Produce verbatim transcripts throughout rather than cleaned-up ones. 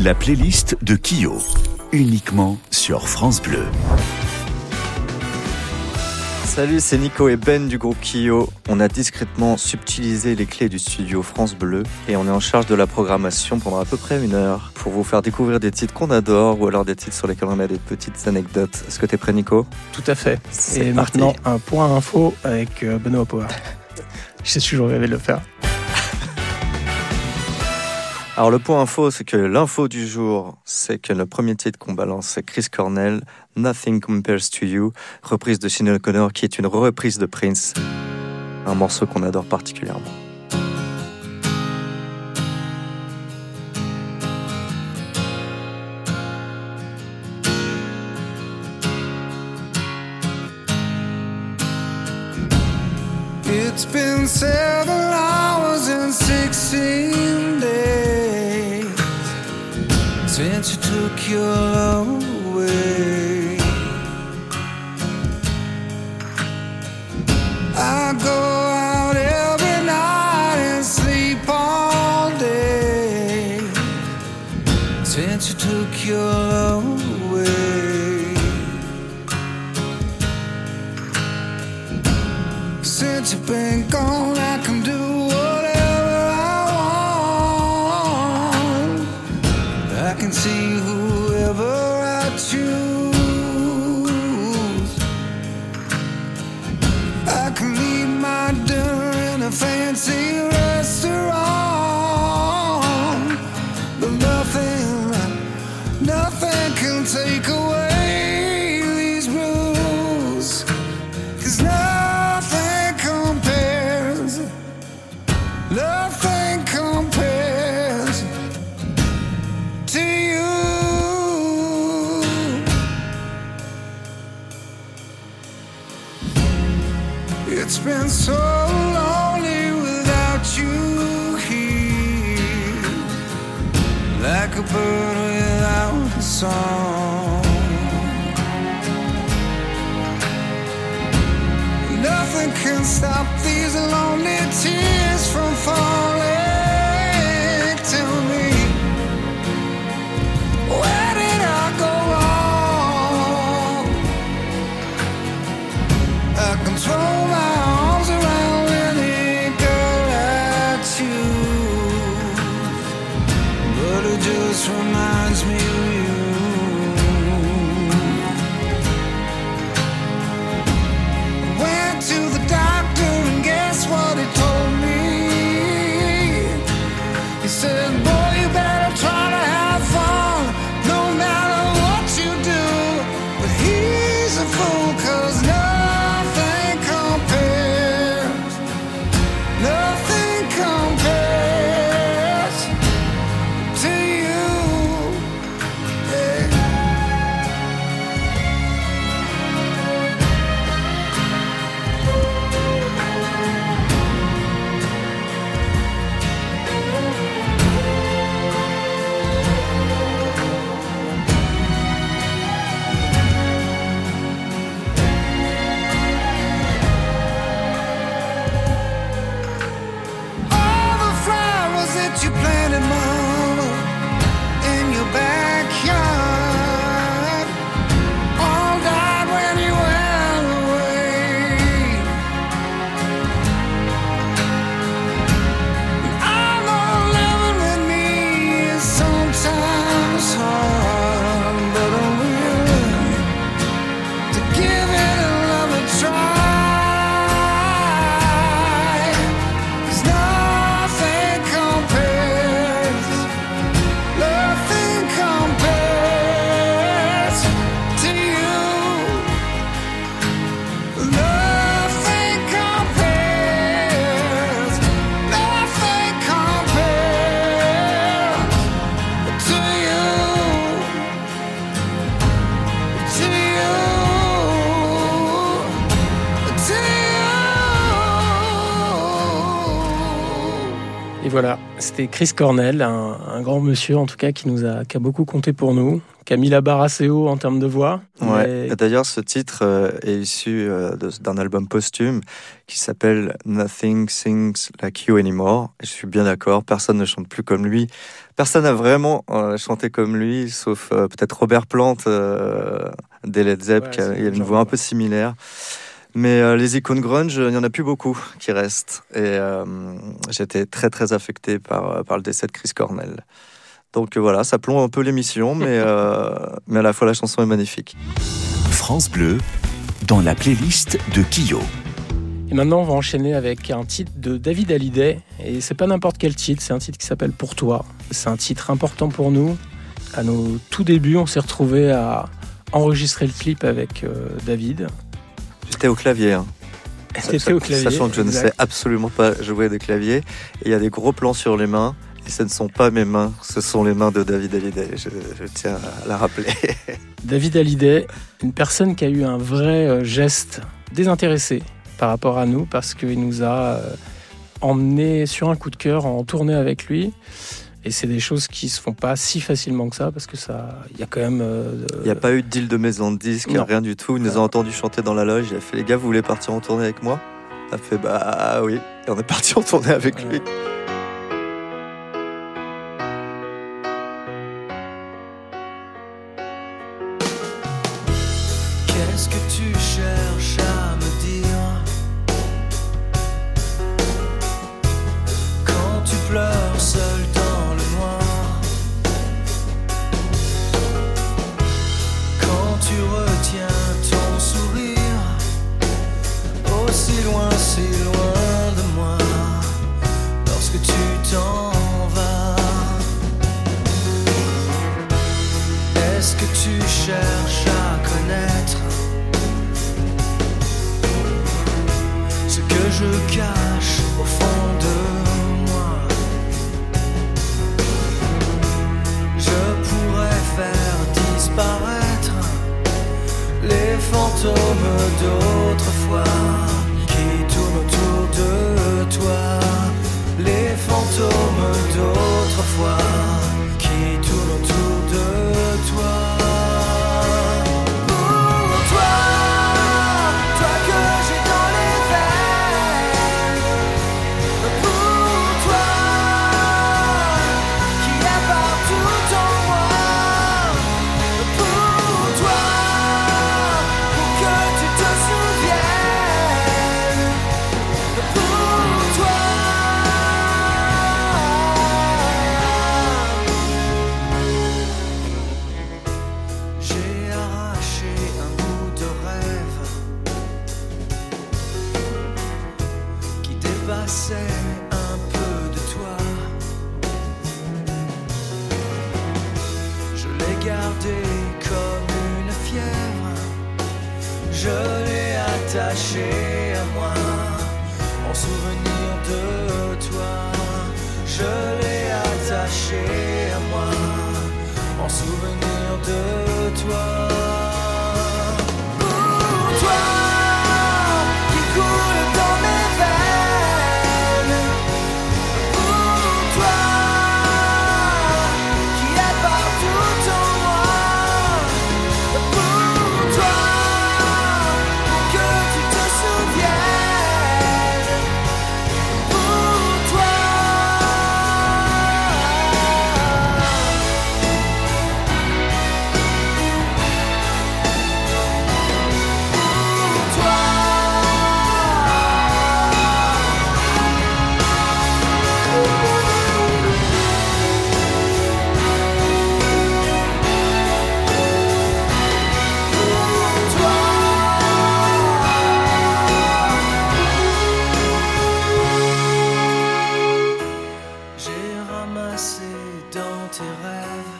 La playlist de Kyo, uniquement sur France Bleu. Salut, c'est Nico et Ben du groupe Kyo. On a discrètement subtilisé les clés du studio France Bleu et on est en charge de la programmation pendant à peu près une heure pour vous faire découvrir des titres qu'on adore ou alors des titres sur lesquels on a des petites anecdotes. Est-ce que t'es prêt, Nico ? Tout à fait. C'est et parti. Maintenant, un point info avec Benoît Power. Je sais toujours rêvé de le faire. Alors le point info, c'est que l'info du jour, c'est que le premier titre qu'on balance, c'est Chris Cornell, Nothing Compares to You, reprise de Sinéad O'Connor, qui est une reprise de Prince, un morceau qu'on adore particulièrement. It's been seven hours and sixteen days since you took your love away. I go out every night and sleep all day since you took your love away. Since you've been gone, I can do whatever I want. I can see whoever I choose. I can eat my dinner in a fancy restaurant, but nothing, nothing can take away these blues. 'Cause nothing compares, nothing compares to you. It's been so lonely without you here, like a bird without a song. Nothing can stop these lonely tears from falling. Tell me, where did I go wrong? I can throw my arms around any girl I choose, but it just reminds me of you. Went to the doctor and guess what he told me? He said, boy, you better try to have fun no matter what you do. But he's a fool, 'cause nothing compares, nothing compares to you. Yeah. All the flowers that you planted, Mama, in your backyard, all died when you went away. I know living with me is sometimes hard, but I'm willing to give it another try. 'Cause nothing compares, nothing compares to you. Nothing compares, nothing compares to you, to you, to you. Et voilà, c'était Chris Cornell, un, un grand monsieur en tout cas qui nous a, qui a beaucoup compté pour nous, qui a mis la barre assez haut en termes de voix. Ouais. Mais... Et d'ailleurs, ce titre euh, est issu euh, de- d'un album posthume qui s'appelle Nothing Sings Like You Anymore. Et je suis bien d'accord, personne ne chante plus comme lui. Personne n'a vraiment euh, chanté comme lui, sauf euh, peut-être Robert Plant euh, des Led Zepp, Ouais, qui a, c'est il a le une genre voix de un voix. peu similaire. Mais euh, les icônes grunge, il n'y en a plus beaucoup qui restent. Et euh, j'étais très très affecté par, par le décès de Chris Cornell. Donc euh, voilà, ça plombe un peu l'émission, mais, euh, mais à la fois la chanson est magnifique. France Bleu, dans la playlist de Kyo. Et maintenant, on va enchaîner avec un titre de David Hallyday. Et c'est pas n'importe quel titre, c'est un titre qui s'appelle Pour toi. C'est un titre important pour nous. À nos tout débuts, on s'est retrouvés à enregistrer le clip avec euh, David. J'étais au clavier. Hein. T'étais au clavier. Sachant que je ne exact. sais absolument pas jouer de clavier. Et il y a des gros plans sur les mains. Et ce ne sont pas mes mains, ce sont les mains de David Hallyday. Je, je tiens à la rappeler. David Hallyday, une personne qui a eu un vrai euh, geste désintéressé par rapport à nous, parce qu'il nous a euh, emmenés sur un coup de cœur en tournée avec lui. Et c'est des choses qui se font pas si facilement que ça, parce que ça, il y a quand même. euh, Il n'y a pas eu de deal de maison de disque, Non. rien du tout. Il nous a entendus chanter dans la loge. Il a fait, les gars, vous voulez partir en tournée avec moi? On a fait, bah oui. Et on est parti en tournée avec Voilà. lui. Qu'est-ce que tu cherches à me dire quand tu pleures seul dans le noir, quand tu retiens ton sourire aussi loin, si loin de moi, lorsque tu t'en vas? Est-ce que tu cherches à connaître ce que je cache au fond de moi? Je pourrais faire disparaître les fantômes d'autrefois qui tournent autour de toi, les fantômes d'autrefois qui tournent autour de toi. Pour toi, toi que j'ai dans les veines, pour toi qui est partout en moi, pour toi, pour que tu te souviennes, pour toi. J'ai arraché un bout de rêve qui dépassait un peu de toi. Je l'ai gardé comme une fièvre, je l'ai attaché à moi, en souvenir de toi. Je l'ai attaché à moi, en souvenir de toi. Pour toi, qui coule dans mes veines, pour toi, qui est partout en moi, pour toi, pour que tu te souviennes, pour toi. J'ai ramassé dans tes rêves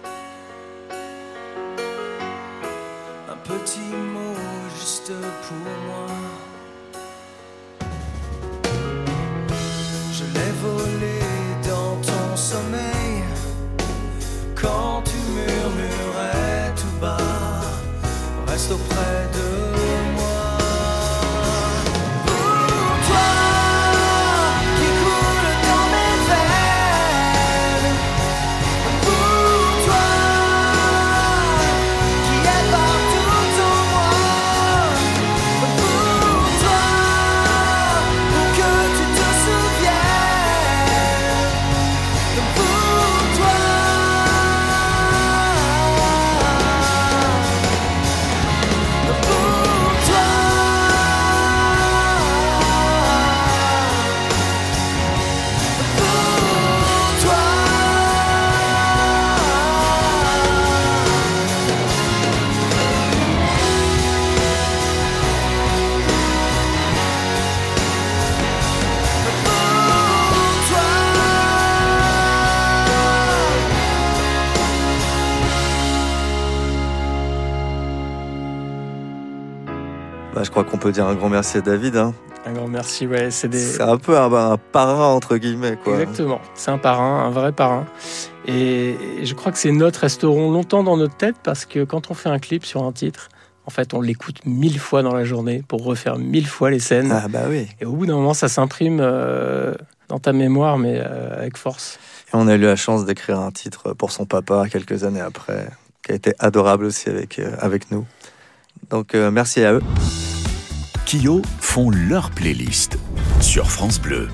un petit mot juste pour moi. Je l'ai volé dans ton sommeil quand tu murmurais tout bas, reste auprès de moi. Pour toi, qui coule dans mes veines, pour toi, Bah, je crois qu'on peut dire un grand merci à David. Hein. Un grand merci, ouais. C'est, des... c'est un peu un, un parrain, entre guillemets. Quoi. Exactement, c'est un parrain, un vrai parrain. Et je crois que ces notes resteront longtemps dans notre tête parce que quand on fait un clip sur un titre, en fait, on l'écoute mille fois dans la journée pour refaire mille fois les scènes. Ah bah oui. Et au bout d'un moment, ça s'imprime euh, dans ta mémoire, mais euh, avec force. Et on a eu la chance d'écrire un titre pour son papa quelques années après, qui a été adorable aussi avec, euh, avec nous. Donc euh, merci à eux. Kyo font leur playlist sur France Bleu.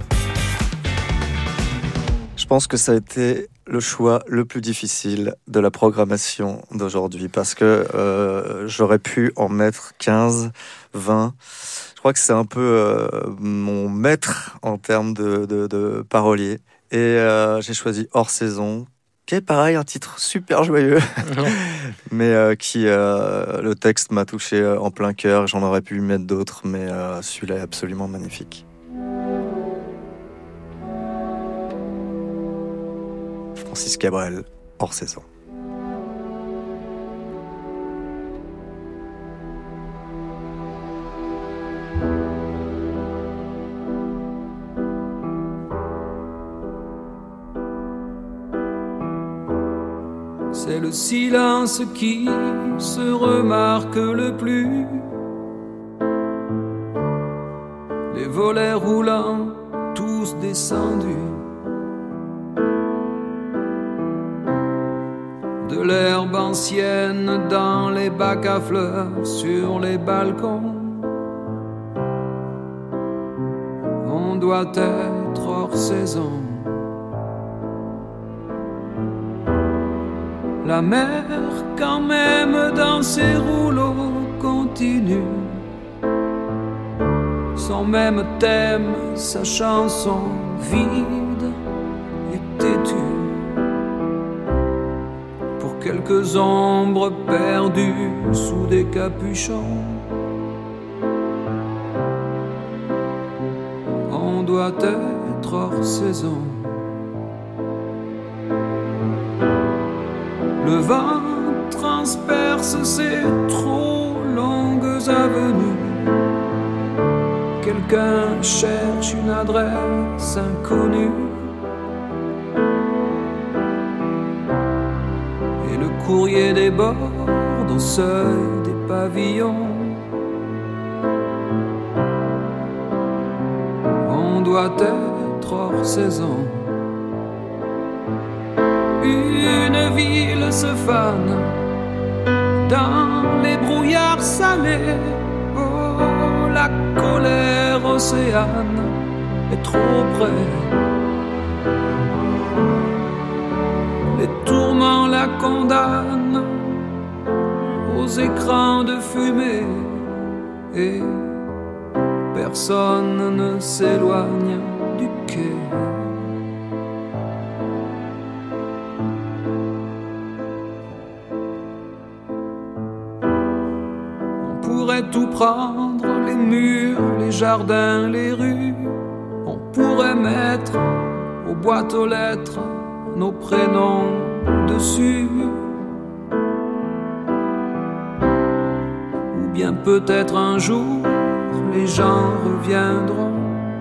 Je pense que ça a été le choix le plus difficile de la programmation d'aujourd'hui parce que euh, j'aurais pu en mettre quinze, vingt. Je crois que c'est un peu euh, mon maître en termes de, de, de parolier. Et euh, j'ai choisi Hors Saison, qui est pareil, un titre super joyeux, mais euh, qui, euh, le texte m'a touché en plein cœur. J'en aurais pu mettre d'autres, mais euh, celui-là est absolument magnifique. Francis Cabrel, Hors Saison. C'est le silence qui se remarque le plus. Les volets roulants, tous descendus. De l'herbe ancienne dans les bacs à fleurs, sur les balcons. On doit être hors saison. La mer, quand même, dans ses rouleaux continue. Son même thème, sa chanson vide et têtue. Pour quelques ombres perdues sous des capuchons, on doit être hors saison. Le vent transperce ces trop longues avenues. Quelqu'un cherche une adresse inconnue. Et le courrier déborde au seuil des pavillons. On doit être hors saison. Une ville se fane dans les brouillards salés. Oh, la colère océane est trop près. Les tourments la condamnent aux écrans de fumée. Et personne ne s'éloigne du quai. Tout prendre, les murs, les jardins, les rues. On pourrait mettre aux boîtes aux lettres nos prénoms dessus. Ou bien peut-être un jour les gens reviendront.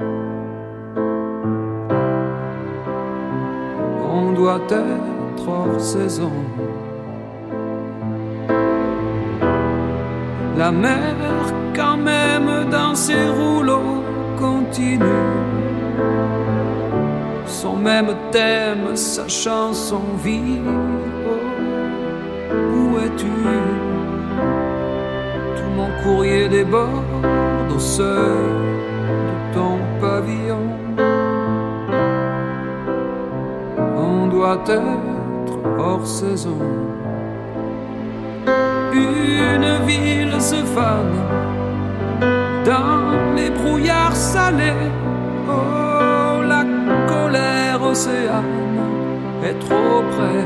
On doit être hors saison. La mer, quand même, dans ses rouleaux continue. Son même thème, sa chanson vit. Oh, où es-tu? Tout mon courrier déborde au seuil de ton pavillon. On doit être hors saison. Une ville se fane dans les brouillards salés. Oh, la colère océane est trop près.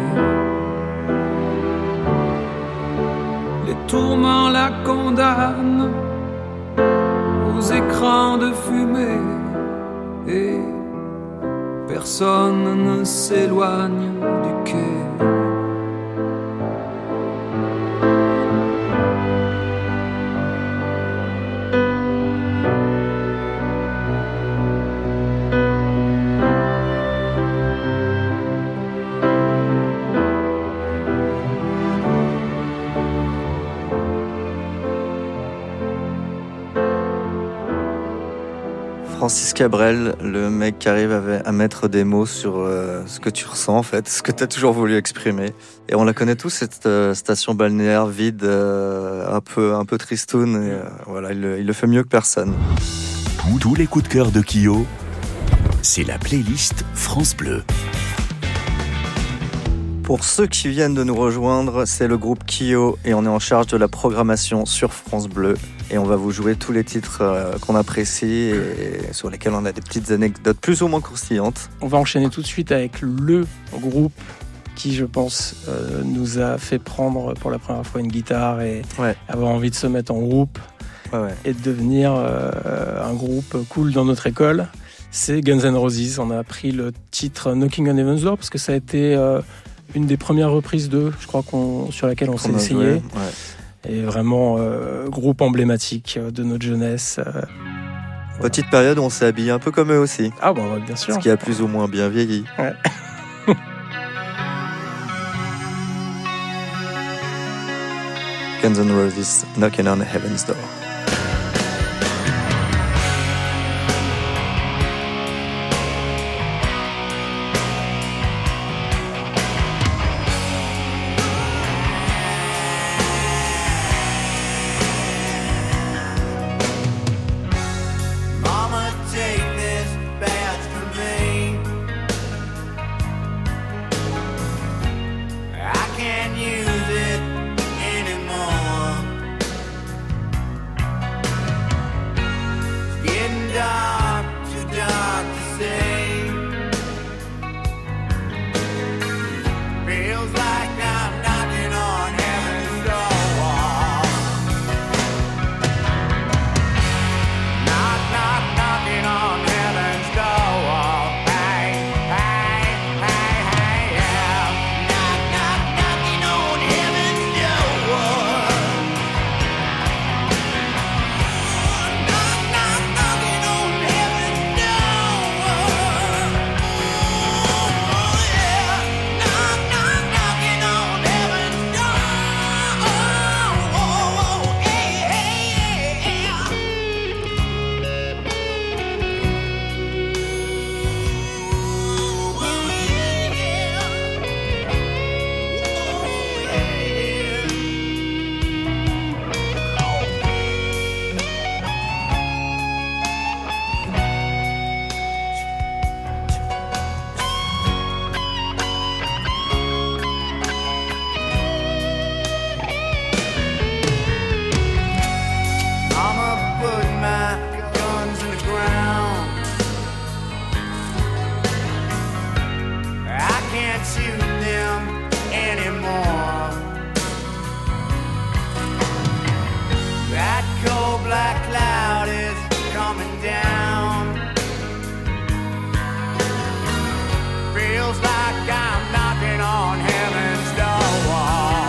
Les tourments la condamnent aux écrans de fumée. Et personne ne s'éloigne du quai. Francis Cabrel, le mec qui arrive à, à mettre des mots sur euh, ce que tu ressens en fait, ce que tu as toujours voulu exprimer. Et on la connaît tous, cette euh, station balnéaire vide, euh, un peu un peu tristoun. Et, euh, voilà, il, il le fait mieux que personne. Tous, tous les coups de cœur de Kyo, c'est la playlist France Bleu. Pour ceux qui viennent de nous rejoindre, c'est le groupe Kyo et on est en charge de la programmation sur France Bleu. Et on va vous jouer tous les titres euh, qu'on apprécie et sur lesquels on a des petites anecdotes plus ou moins croustillantes. On va enchaîner tout de suite avec le groupe qui, je pense, euh, nous a fait prendre pour la première fois une guitare et Ouais. avoir envie de se mettre en groupe Ouais, ouais. et de devenir euh, un groupe cool dans notre école. C'est Guns N' Roses. On a pris le titre Knocking on Heaven's Door parce que ça a été euh, une des premières reprises d'eux, je crois, qu'on, sur laquelle on Qu'on s'est a essayé. joué, ouais. Et vraiment euh, groupe emblématique de notre jeunesse. Euh, Petite période où on s'est habillé un peu comme eux aussi, Ah bon, bien sûr. ce qui a plus ou moins bien vieilli. Ouais. Guns N' Roses, Knocking on Heaven's Door. Mama, take this badge from me. I can't use it anymore. It's getting dark, too dark to see. Feels like I'm knocking on heaven's door. Knock, knock, knocking on heaven's door. Hey, hey, hey, hey, yeah. Knock, knock, knocking on heaven's door. Knock, knock, knocking on heaven's door. Yeah. Knock, knock, knocking on heaven's door. Hey, hey, yeah. I'ma put my guns in the ground. I can't shoot them anymore. That cold black cloud is coming down. Feels like I'm knocking on heaven's door.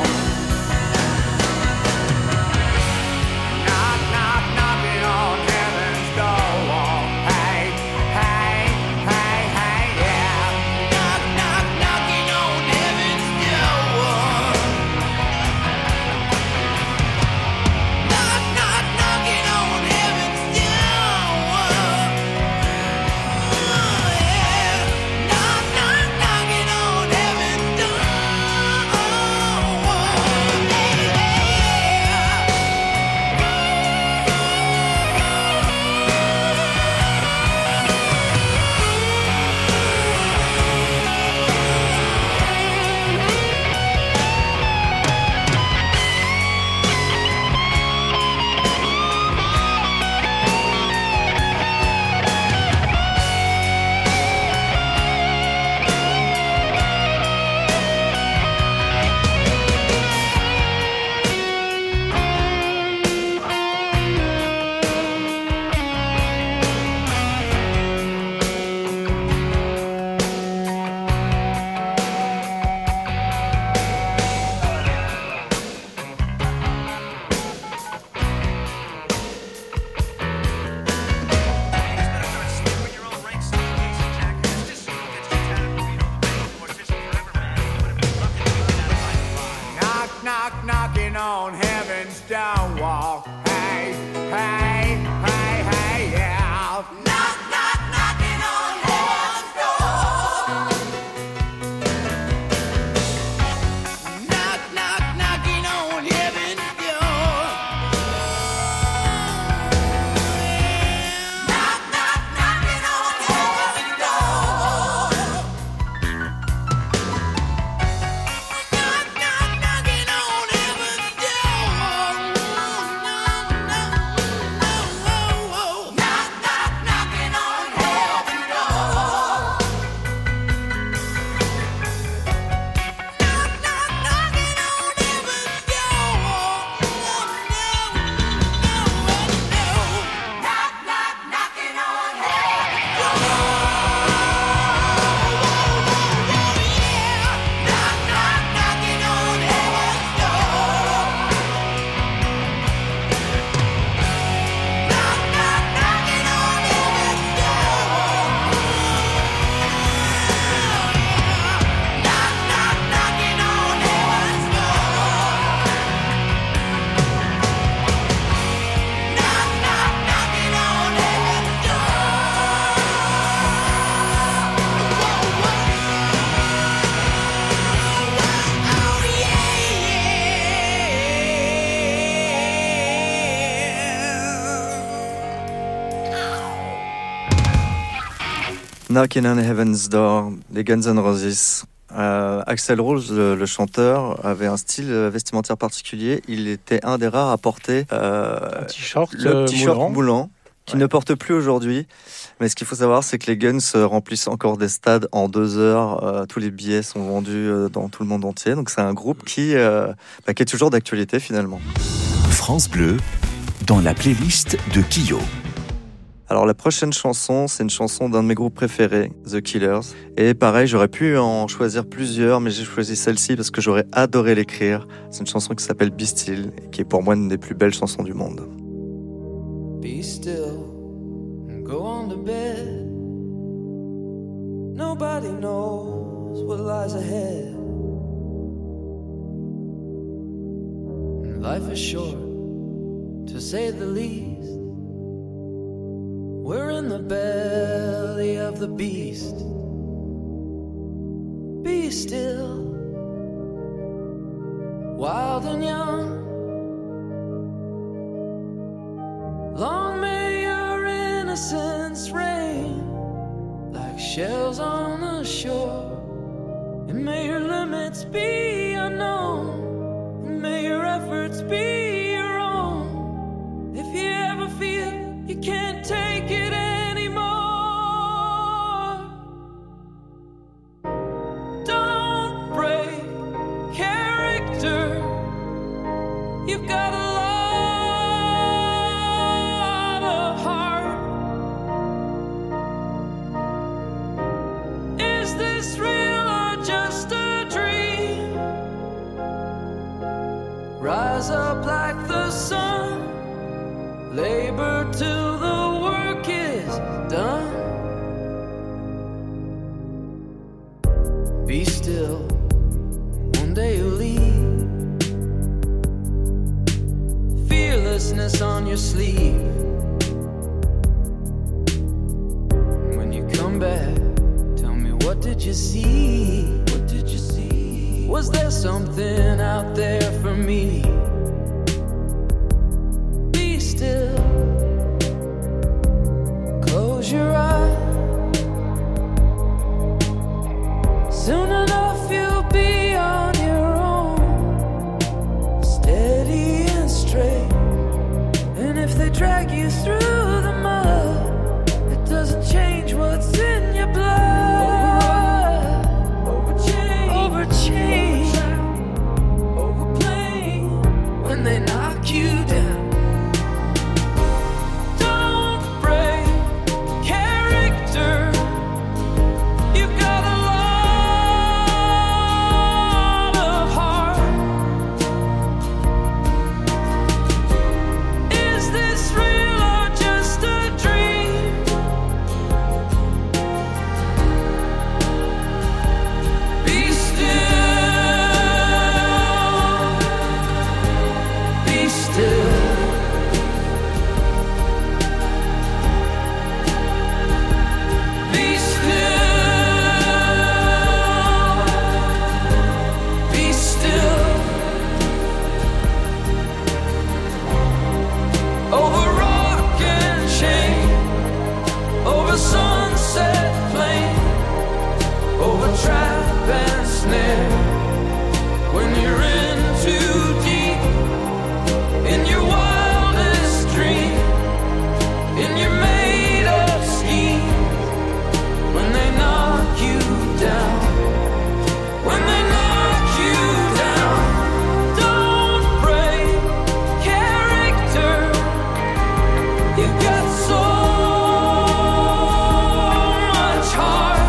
Knock, knock, knocking on heaven's door. Hey, hey, hey, hey, yeah. Knock, knock, knocking on heaven's door. Knock, knock, knocking on heaven's door. Yeah. Knock, knock, knocking on heaven's door. Hey, hey, yeah. Knock, knock, knocking on heaven's door. Hey, hey, hey, hey, yeah. Knock, Knocking on Heaven's Door, des Guns N' Roses. Euh, Axl Rose, le, le chanteur, avait un style vestimentaire particulier. Il était un des rares à porter euh, Un t-shirt, le euh, t-shirt moulant. moulant, qui Ouais. ne porte plus aujourd'hui. Mais ce qu'il faut savoir, c'est que les Guns remplissent encore des stades en deux heures. Euh, tous les billets sont vendus euh, dans tout le monde entier. Donc c'est un groupe qui, euh, bah, qui est toujours d'actualité finalement. France Bleu, dans la playlist de Kyo. Alors la prochaine chanson, c'est une chanson d'un de mes groupes préférés, The Killers. Et pareil, j'aurais pu en choisir plusieurs, mais j'ai choisi celle-ci parce que j'aurais adoré l'écrire. C'est une chanson qui s'appelle Be Still, et qui est pour moi une des plus belles chansons du monde. Be still and go on to bed. Nobody knows what lies ahead. And life is short, to say the least. We're in the belly of the beast. Be still, wild and young. Long may your innocence reign like shells on the shore. And may your limits be unknown. And may your efforts be your own. If you ever feel you can't take it anymore, don't break character. You've got a lot of heart. Is this real or just a dream? Rise up like the sun, labor till the work is done. Be still, one day you'll leave. Fearlessness on your sleeve. When you come back, tell me, what did you see? What did you see? Was there something out there for me? Be still, close your eyes. Soon enough you'll be on your own, steady and straight. And if they drag you through the mud, it doesn't change what's in your blood. Overchange, overchange, overplay when they knock you down. Don't break character. You've got a lot of heart. Is this real or just a dream? Be still, be still. Be still, be still. Over rock and chain, over sunset plain, over trap and snare. When you're in too deep, in your wildest dream, in your made up scheme, when they knock you down, when they knock you down, don't break character. You've got so much heart.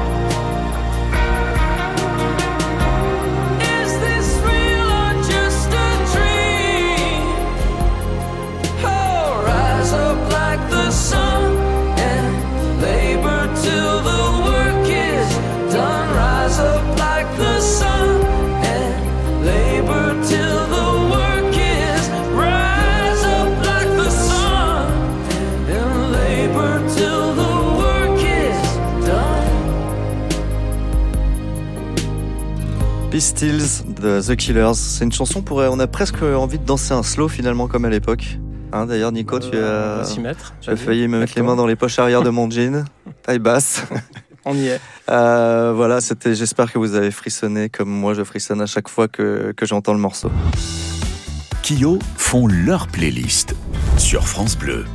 Is this real or just a dream? Oh, rise up like the sun and labor till the work is done. Rise up like the sun and labor till the work is. Rise up like the sun and labor till the work is done. Be Stills de The Killers. C'est une chanson pour on a presque envie de danser un slow finalement comme à l'époque. Hein, d'ailleurs Nico, tu Euh, on as va s'y mettre. tu as failli me mettre les mains dans les poches arrière de mon jean, taille basse. On y est. Euh, voilà, c'était. J'espère que vous avez frissonné comme moi je frissonne à chaque fois que, que j'entends le morceau. Kyo font leur playlist sur France Bleu.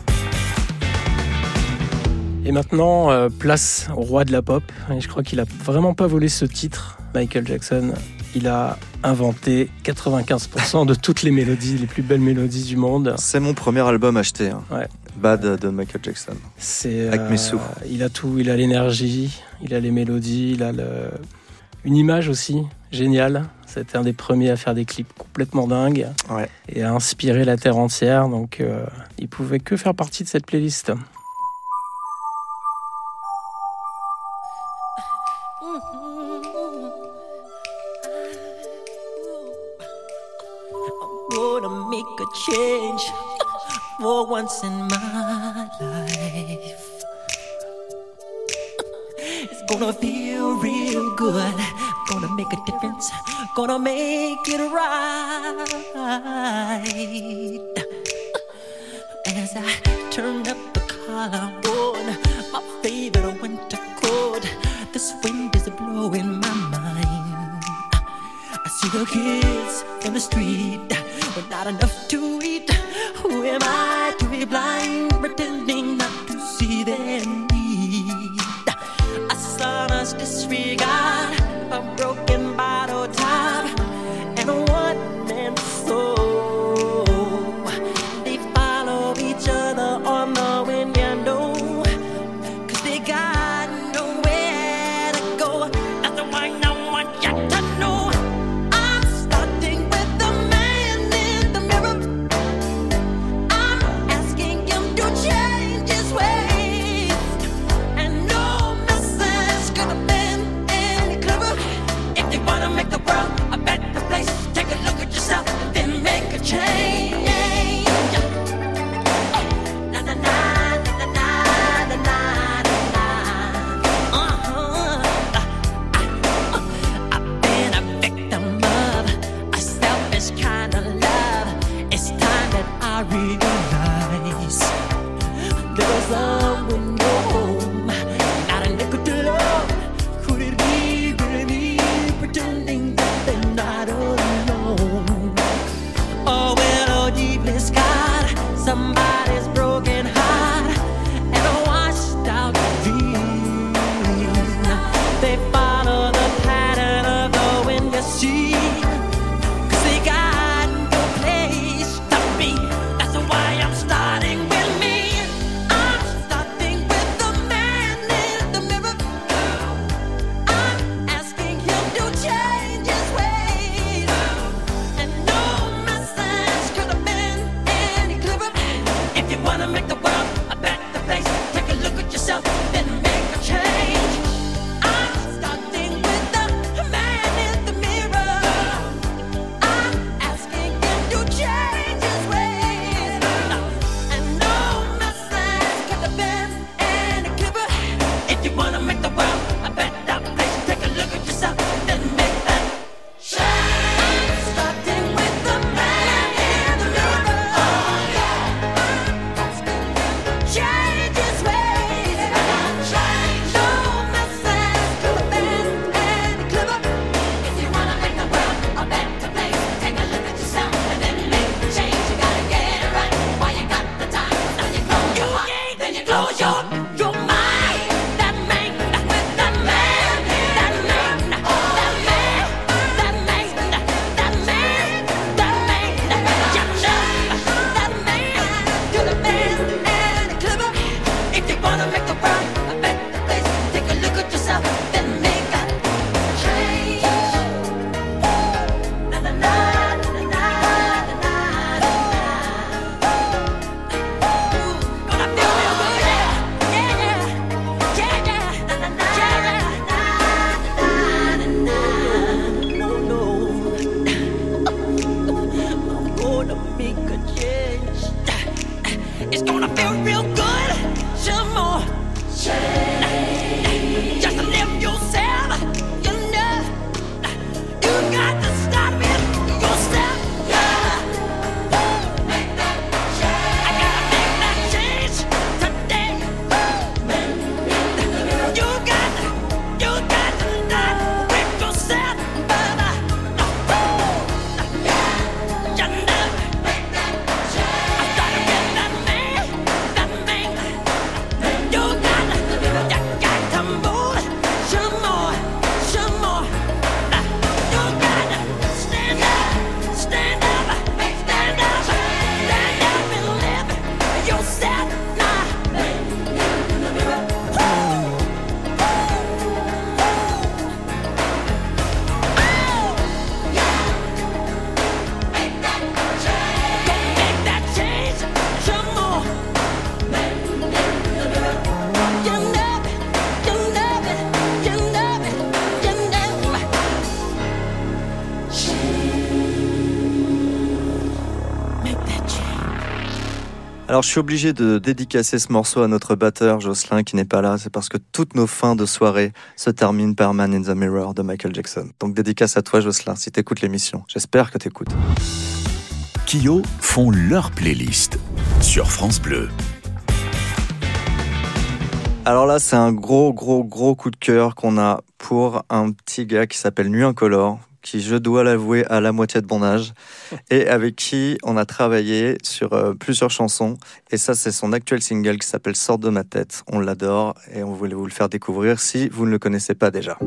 Et maintenant, euh, place au roi de la pop. Et je crois qu'il a vraiment pas volé ce titre, Michael Jackson. Il a inventé quatre-vingt-quinze pour cent de toutes les mélodies, les plus belles mélodies du monde. C'est mon premier album acheté. Hein. Ouais. Bad de Michael Jackson. C'est, Avec euh, mes sous. Il a tout, il a l'énergie, il a les mélodies, il a le... une image aussi géniale. C'était un des premiers à faire des clips complètement dingues Ouais. et à inspirer la terre entière. Donc, euh, il pouvait que faire partie de cette playlist. Gonna make a change for once in my life. It's gonna feel real good. Gonna make a difference. Gonna make it right. As I turn up the collar on my favorite winter coat, this wind is blowing my mind. I see the kids in the street with not enough to eat. Who am I to be blind, pretending not to see their need? A son's disregard, a broken bottle top, and a one-man soul. They follow each other on the window, 'cause they got nowhere to go. That's why I want you to know I'm starting with the man in the mirror. I'm asking him to change his ways, and no message could have been any clearer. If you wanna make the world a better place, take a look at yourself, then make a change. Na na na na na na na na. Uh-huh. I've been a victim of a selfish kind of love. It's time that I realize there was someone no home, not a nickel to love. Could it be really me pretending that they're not alone? Oh, well, oh, deeply scarred, somebody's broken heart and a washed out dream. They follow the pattern of the wind, you see, 'cause they got no place to be. That's why I'm starting with me. I'm starting with the man in the mirror. I'm asking him to change his ways, and no message could have been any clearer. If you wanna make the world a better place, take a look at yourself, then make a change. I'm starting with the man in the mirror. Alors je suis obligé de dédicacer ce morceau à notre batteur Jocelyn qui n'est pas là, c'est parce que toutes nos fins de soirée se terminent par Man in the Mirror de Michael Jackson. Donc dédicace à toi Jocelyn si t'écoutes l'émission. J'espère que t'écoutes. Kyo font leur playlist sur France Bleu. Alors là, c'est un gros, gros, gros coup de cœur qu'on a pour un petit gars qui s'appelle Nuit Incolore, qui, je dois l'avouer, a la moitié de mon âge, et avec qui on a travaillé sur euh, plusieurs chansons. Et ça, c'est son actuel single qui s'appelle Sors de ma tête. On l'adore et on voulait vous le faire découvrir si vous ne le connaissez pas déjà.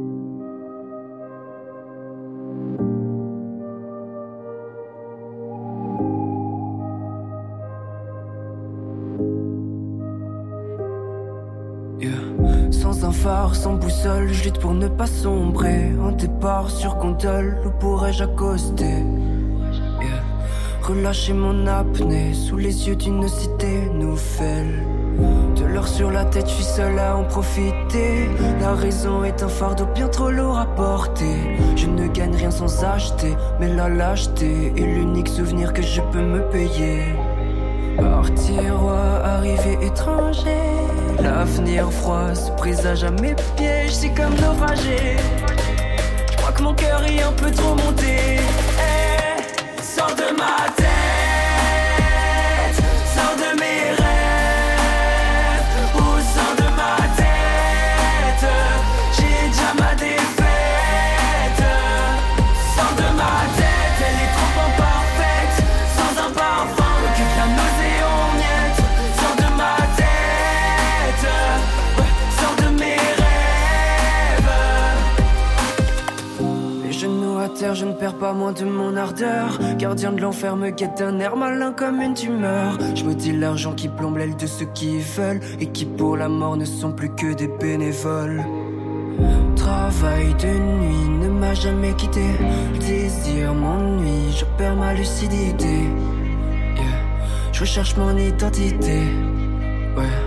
Sans un phare, sans boussole, je lutte pour ne pas sombrer. Un départ sur gondole, où pourrais-je accoster? Yeah. Relâcher mon apnée sous les yeux d'une cité nouvelle. De l'or sur la tête, je suis seul à en profiter. La raison est un fardeau bien trop lourd à porter. Je ne gagne rien sans acheter, mais la lâcheté est l'unique souvenir que je peux me payer. Partir ou arriver étranger, l'avenir froid se présage à mes pieds. Je suis comme naufragé, je crois que mon cœur est un peu trop monté. Hey, sors de ma tête, sors de mes rêves, ou sors de ma tête, j'ai déjà ma défaite. Sors de ma tête, elle est trop imparfaite, sans un parfum, occupe la nausée en miettes. Sors de ma tête, ouais, sors de mes rêves. Les genoux à terre, je ne perds pas moins de mon ardeur. Gardien de l'enfer me guette d'un air malin comme une tumeur. Je me dis l'argent qui plombe l'aile de ceux qui veulent et qui pour la mort ne sont plus que des bénévoles. Travail de nuit ne m'a jamais quitté. Le désir m'ennuie, je perds ma lucidité. Yeah. Je recherche mon identité. Ouais.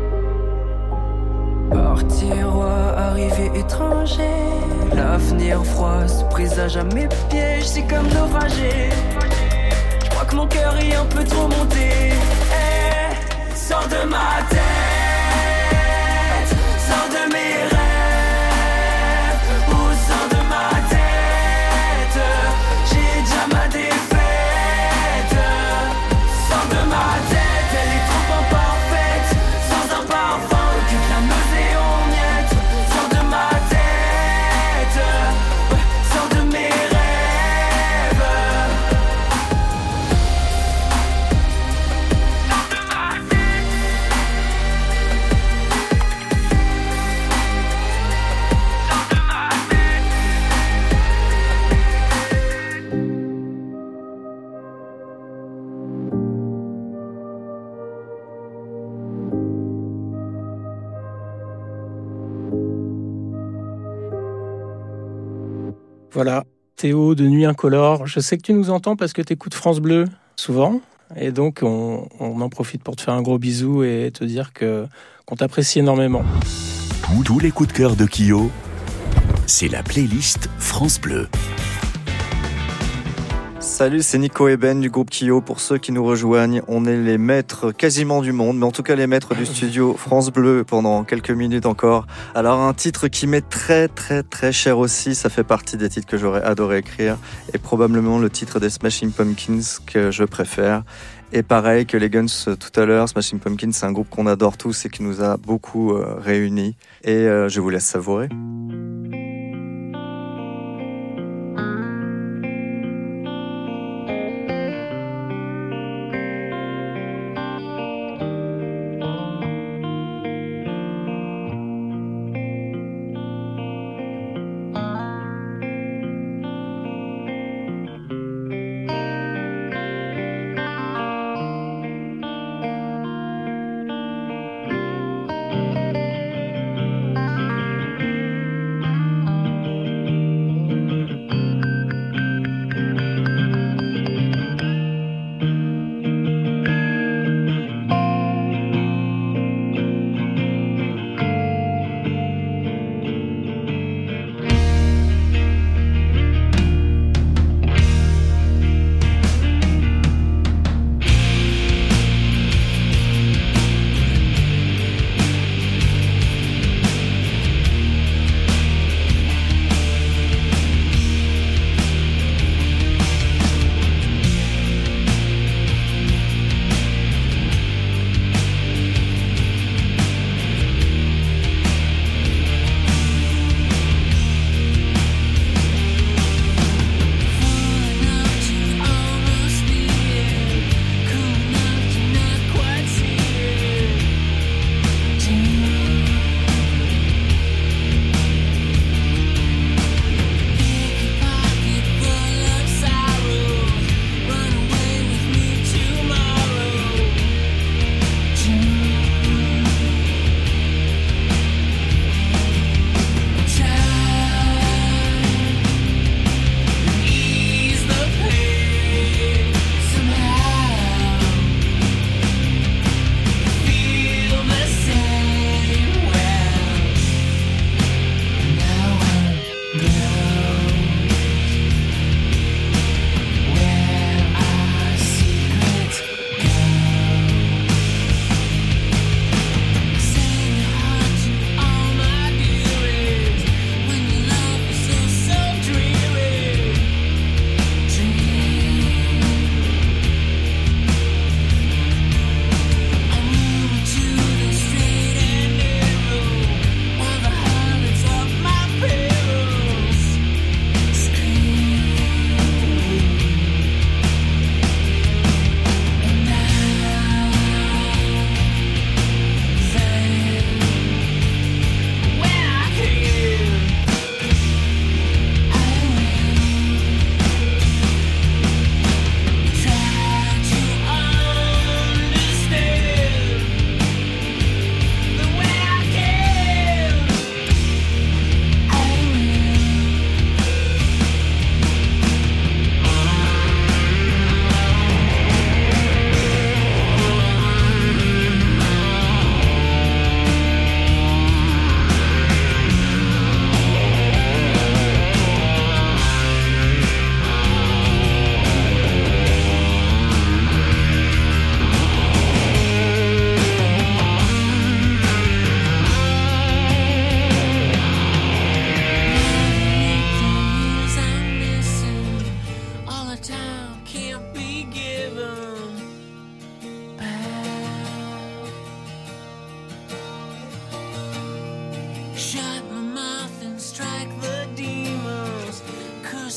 Partir ou arriver étranger, l'avenir froid se présage à mes pieds. Je suis comme naufragé, je crois que mon cœur est un peu trop monté. Hey, sors de ma tête, sors de mes rêves, ou sors de ma tête, j'ai déjà ma défaite. Sors de ma tête, elle est trop imparfaite, sans un parfum, occupe la nausée en miettes. Sors de ma tête, ouais, sors de mes rêves. Voilà, Théo de Nuit Incolore. Je sais que tu nous entends parce que tu écoutes France Bleu souvent. Et donc, on, on en profite pour te faire un gros bisou et te dire que, qu'on t'apprécie énormément. Tous, tous les coups de cœur de Kyo, c'est la playlist France Bleu. Salut, c'est Nico et Ben du groupe Kyo. Pour ceux qui nous rejoignent, on est les maîtres quasiment du monde, mais en tout cas les maîtres du studio France Bleu pendant quelques minutes encore. Alors un titre qui m'est très très très cher aussi, ça fait partie des titres que j'aurais adoré écrire, et probablement le titre des Smashing Pumpkins que je préfère. Et pareil que les Guns tout à l'heure, Smashing Pumpkins c'est un groupe qu'on adore tous et qui nous a beaucoup euh, réunis. Et euh, je vous laisse savourer.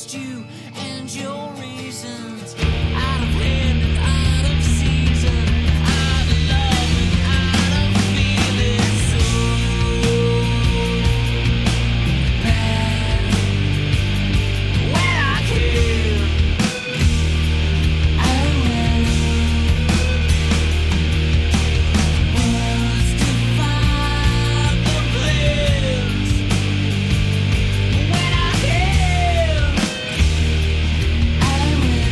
just you and your reasons. Out of hand and out of season, out of love and out of feeling so bad. When I can, I will. Words define the bliss. When I can, I will.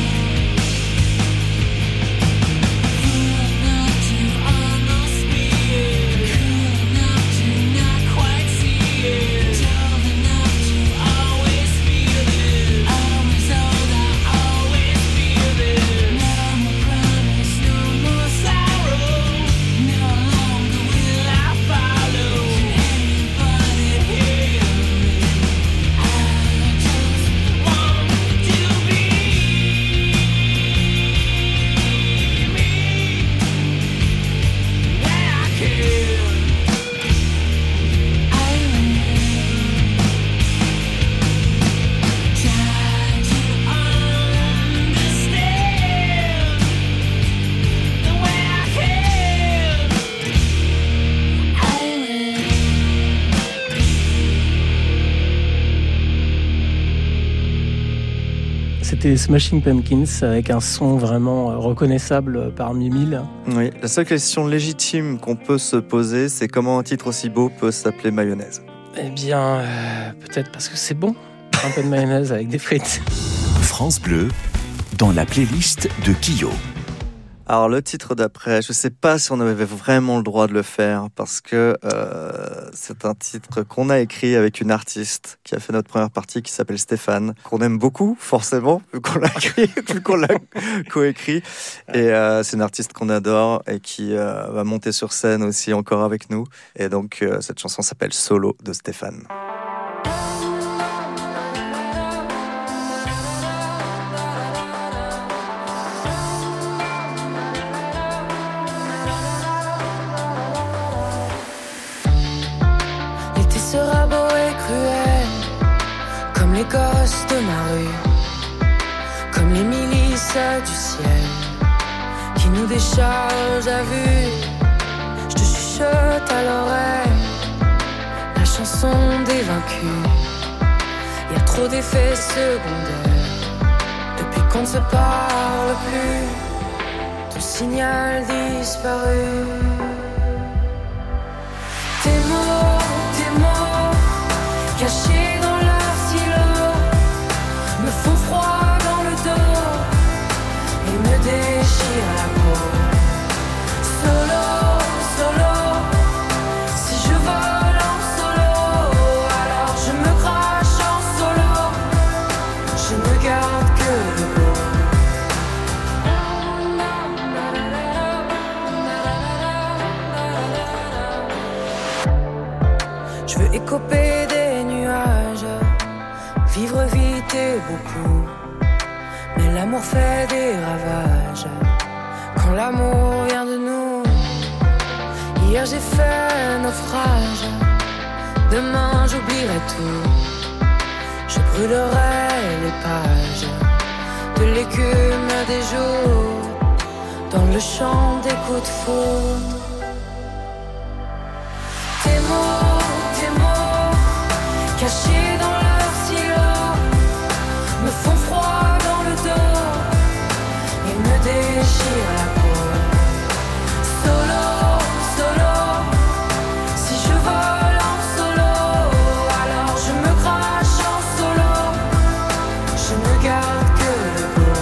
Cruel enough to almost be it. Cruel enough to not quite see it. Dull enough to always feel it. Always old, I always feel it. No more promise, no more sorrow. No longer will I follow anybody here. I just want to be me. When I can, I will try to understand. The way I can, I will. C'était Smashing Pumpkins avec un son vraiment euh, reconnaissable parmi mille. Oui, la seule question légitime qu'on peut se poser, c'est comment un titre aussi beau peut s'appeler Mayonnaise. Eh bien, euh, peut-être parce que c'est bon. Un peu de mayonnaise avec des frites. France Bleu, dans la playlist de Kyo. Alors le titre d'après, je sais pas si on avait vraiment le droit de le faire parce que euh, c'est un titre qu'on a écrit avec une artiste qui a fait notre première partie qui s'appelle Stéphane, qu'on aime beaucoup forcément vu qu'on l'a écrit, vu qu'on l'a coécrit. Et euh, c'est une artiste qu'on adore et qui euh, va monter sur scène aussi encore avec nous. Et donc euh, cette chanson s'appelle Solo de Stéphane. L'été sera beau et cruel, comme les gosses de ma rue, comme les milices du ciel qui nous déchargent à vue. Je te chuchote à l'oreille la chanson des vaincus. Y a trop d'effets secondaires depuis qu'on ne se parle plus. Ton signal disparu. Tes mots, tes mots, cachés dans leur silo, me font froid dans le dos et me déchirent la peau. Solo, solo, si je vole en solo, alors je me crache en solo, je ne garde que le beau. Je veux écoper des nuages, vivre vite et beaucoup. Mais l'amour fait des ravages quand l'amour vient de nous. Hier j'ai fait naufrage, demain j'oublierai tout. Je brûlerai les pages de l'écume des jours dans le champ des coups de foudre. Tes mots, tes mots, cachés dans leur silo, me font froid dans le dos et me déchirent la peau. Solo, solo, si je vole en solo, alors je me crache en solo, je ne garde que le beau.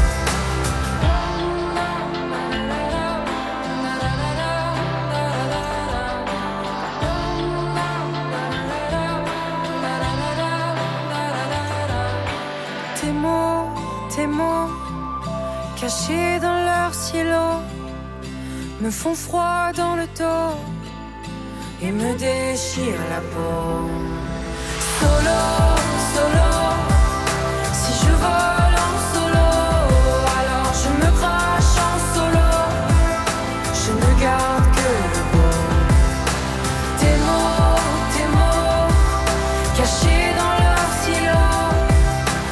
Tes mots, tes mots, cachés dans leur silo, me font froid dans le dos et me déchirent la peau. Solo, solo, si je vole en solo, alors je me crache en solo, je ne garde que le beau. Tes mots, tes mots, cachés dans leur silo,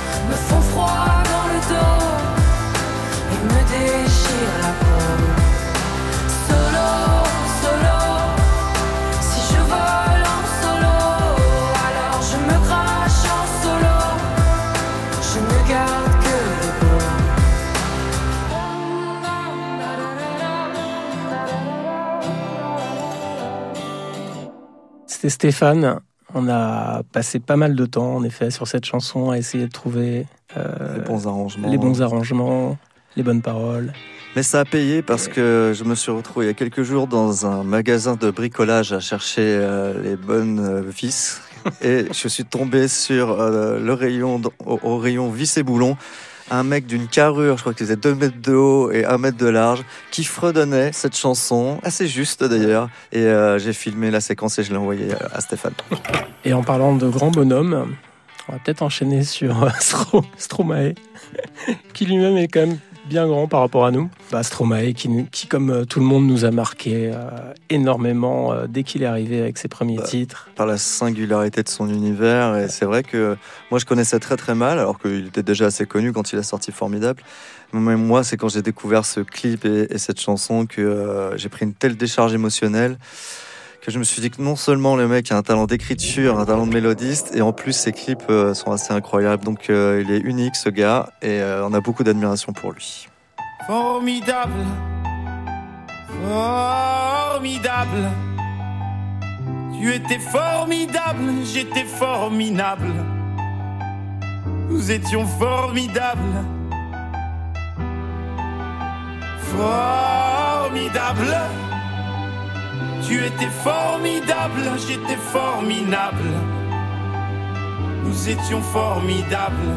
c'est Stéphane. On a passé pas mal de temps, en effet, sur cette chanson, à essayer de trouver euh, Les bons arrangements. les bons arrangements, les bonnes paroles. Mais ça a payé parce que je me suis retrouvé il y a quelques jours dans un magasin de bricolage à chercher euh, les bonnes euh, vis. Et je suis tombé sur euh, le rayon, au, au rayon vis et boulons. Un mec d'une carrure, je crois qu'il faisait deux mètres de haut et un mètre de large, qui fredonnait cette chanson, assez juste d'ailleurs. Et euh, j'ai filmé la séquence et je l'ai envoyée à Stéphane. Et en parlant de grands bonhommes, on va peut-être enchaîner sur euh, Stro- Stromae, qui lui-même est quand même bien grand par rapport à nous. Bah, Stromae, qui, nous- qui comme euh, tout le monde, nous a marqué euh, énormément euh, dès qu'il est arrivé avec ses premiers Bah, titres. Par la singularité de son univers. Et c'est vrai que moi, je connaissais très très mal, alors qu'il était déjà assez connu quand il a sorti Formidable. Mais moi, c'est quand j'ai découvert ce clip et, et cette chanson que euh, j'ai pris une telle décharge émotionnelle que je me suis dit que non seulement le mec a un talent d'écriture, un talent de mélodiste, et en plus ses clips euh, sont assez incroyables. Donc euh, il est unique ce gars, et euh, on a beaucoup d'admiration pour lui. Formidable, formidable. Tu étais formidable, j'étais formidable. Nous étions formidables. Formidable. Tu étais formidable, j'étais formidable. Nous étions formidables.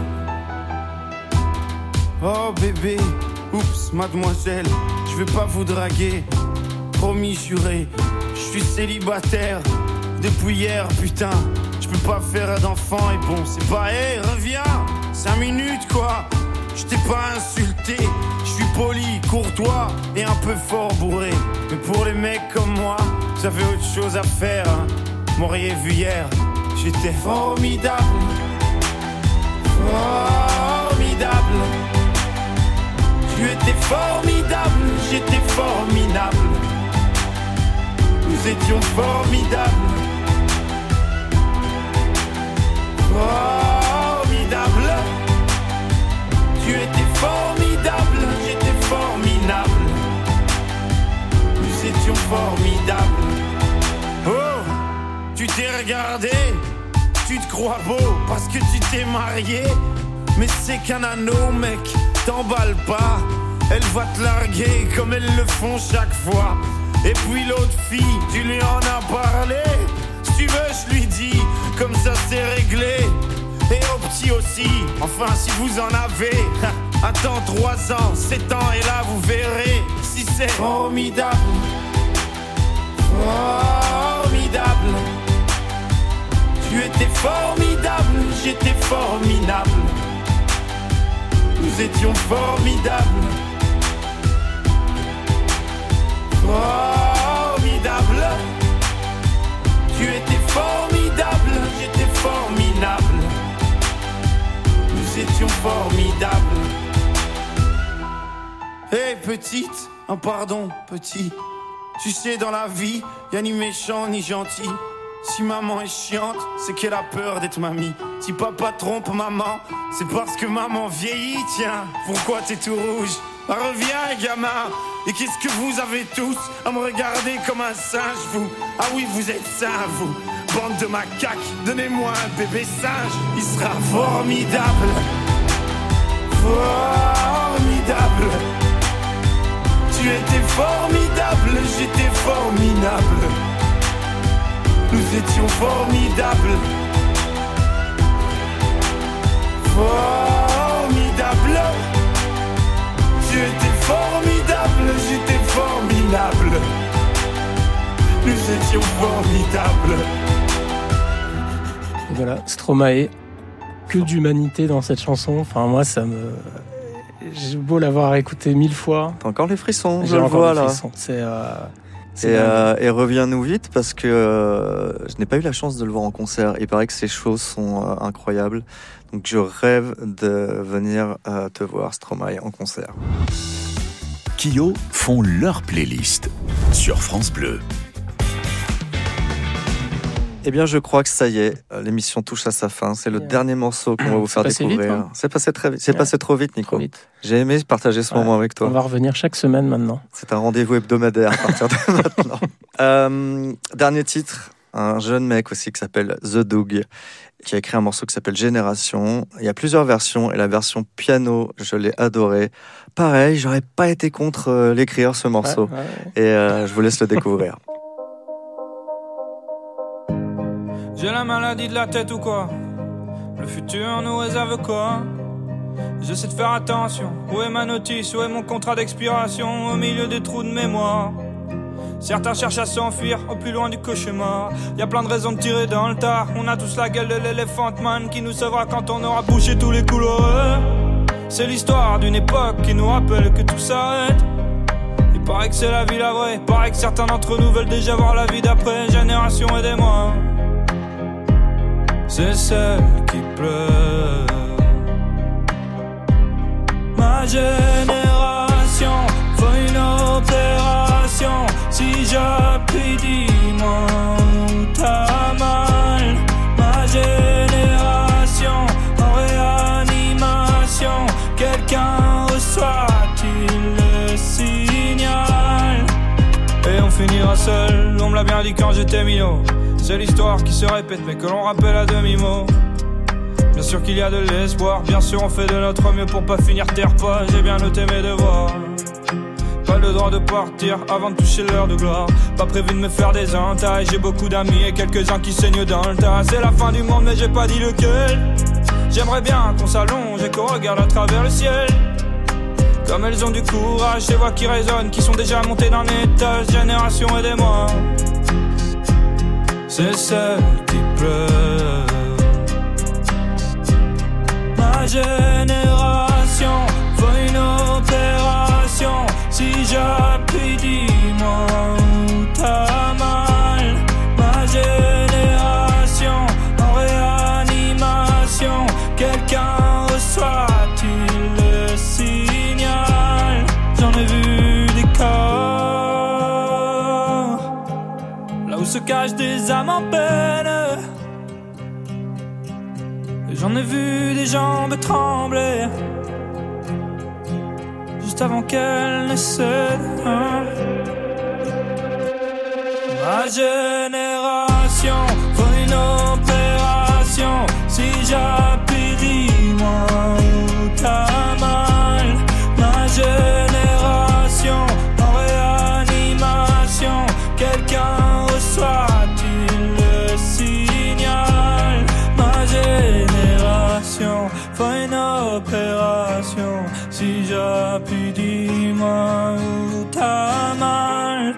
Oh bébé, oups, mademoiselle, je vais pas vous draguer. Promis, juré, je suis célibataire depuis hier, putain. Je peux pas faire d'enfant et bon, c'est pas, hé, hey, reviens, cinq minutes quoi. Je t'ai pas insulté, je suis poli, courtois et un peu fort bourré. Mais pour les mecs comme moi, j'avais autre chose à faire, hein. M'auriez vu hier, j'étais formidable. Formidable. Tu étais formidable, j'étais formidable. Nous étions formidables. Formidable. Tu étais formidable, j'étais formidable. Nous étions formidables. Oh, tu t'es regardé, tu te crois beau parce que tu t'es marié. Mais c'est qu'un anneau, mec, t'emballe pas. Elle va te larguer comme elles le font chaque fois. Et puis l'autre fille, tu lui en as parlé. Si tu veux, je lui dis, comme ça c'est réglé. Et au petit aussi, enfin si vous en avez. Attends trois ans, sept ans et là vous verrez si c'est formidable. Formidable. Tu étais formidable, j'étais formidable. Nous étions formidables. Formidable. Tu étais formidable, j'étais formidable. Nous étions formidables. Hé hey, petite, un pardon petit. Tu sais dans la vie, y'a ni méchant ni gentil. Si maman est chiante, c'est qu'elle a peur d'être mamie. Si papa trompe maman, c'est parce que maman vieillit. Tiens, pourquoi t'es tout rouge? Ah, reviens gamin. Et qu'est-ce que vous avez tous à me regarder comme un singe, vous? Ah oui, vous êtes sains, vous. Bande de macaques, donnez-moi un bébé singe. Il sera formidable. Formidable. Tu étais formidable, j'étais formidable. Nous étions formidables. Formidable. Tu étais formidable, j'étais formidable. Nous étions formidables. Et voilà, Stromae, que d'humanité dans cette chanson. Enfin, moi, ça me... J'ai beau l'avoir écouté mille fois. T'as encore les frissons, je J'ai le encore vois des là. frissons. C'est... Euh... Et, euh, et reviens-nous vite parce que euh, je n'ai pas eu la chance de le voir en concert. Il paraît que ses shows sont euh, incroyables. Donc je rêve de venir euh, te voir, Stromae, en concert. Kyo font leur playlist sur France Bleu. Eh bien, je crois que ça y est, l'émission touche à sa fin. C'est le Yeah. dernier morceau qu'on va vous faire passé découvrir. vite, hein. C'est passé très vite. C'est Yeah. passé trop vite, Nico. Trop vite. J'ai aimé partager ce Ouais. moment avec toi. On va revenir chaque semaine maintenant. C'est un rendez-vous hebdomadaire à partir de maintenant. Euh, dernier titre, un jeune mec aussi qui s'appelle The Doug, qui a écrit un morceau qui s'appelle Génération. Il y a plusieurs versions et la version piano, je l'ai adorée. Pareil, j'aurais pas été contre euh, l'écrire ce morceau. Ouais, ouais. Et euh, je vous laisse le découvrir. J'ai la maladie de la tête ou quoi? Le futur nous réserve quoi? J'essaie de faire attention. Où est ma notice? Où est mon contrat d'expiration? Au milieu des trous de mémoire. Certains cherchent à s'enfuir au plus loin du cauchemar. Y a plein de raisons de tirer dans le tas. On a tous la gueule de l'éléphant man qui nous sauvera quand on aura bouché tous les couloirs. C'est l'histoire d'une époque qui nous rappelle que tout s'arrête. Il paraît que c'est la vie la vraie. Il paraît que certains d'entre nous veulent déjà voir la vie d'après. Génération, aidez-moi. C'est celle qui pleure. Ma génération faut une opération. Si j'appuie, dis-moi où t'as mal. Ma génération en réanimation. Quelqu'un reçoit-il le signal? Et on finira seul, on me l'a bien dit quand j'étais minot. C'est l'histoire qui se répète mais que l'on rappelle à demi-mot. Bien sûr qu'il y a de l'espoir, bien sûr on fait de notre mieux pour pas finir terre pas. J'ai bien noté mes devoirs. Pas le droit de partir avant de toucher l'heure de gloire. Pas prévu de me faire des entailles. J'ai beaucoup d'amis et quelques-uns qui saignent dans le tas. C'est la fin du monde mais j'ai pas dit lequel. J'aimerais bien qu'on s'allonge et qu'on regarde à travers le ciel. Comme elles ont du courage, ces voix qui résonnent, qui sont déjà montées d'un étage. Génération, aidez-moi. C'est celle qui pleure. Ma génération faut une opération. Si j'appuie, dis-moi où t'as mal. Ma génération en réanimation. Quelqu'un reçoit-il le signal? J'en ai vu des corps là où se cachent des âmes en peine. J'en ai vu des jambes trembler juste avant qu'elles ne cèdent. Ma génération faut une opération. Si j'appuie, dis-moi où t'as mal. Ma génération en réanimation. Quelqu'un reçoit-il le signal? Ma génération faut une opération. Si j'appuie, dis-moi où t'as mal.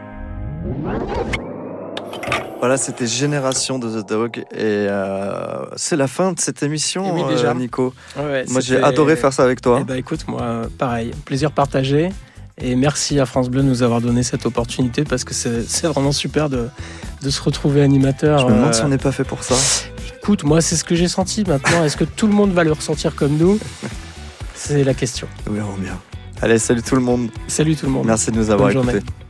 Voilà, c'était Génération de The Dog. Et euh, c'est la fin de cette émission, Et oui, déjà. euh, Nico. Ouais, Moi, j'ai c'était- adoré faire ça avec toi. Eh ben, écoute, moi, pareil, plaisir partagé. Et merci à France Bleu de nous avoir donné cette opportunité parce que c'est, c'est vraiment super de, de se retrouver animateur. Je me demande Euh, si on n'est pas fait pour ça. Écoute, moi, c'est ce que j'ai senti maintenant. Est-ce que tout le monde va le ressentir comme nous? C'est la question. Nous verrons bien. Allez, salut tout le monde. Salut tout le monde. Merci de nous avoir Bonne journée. écoutés.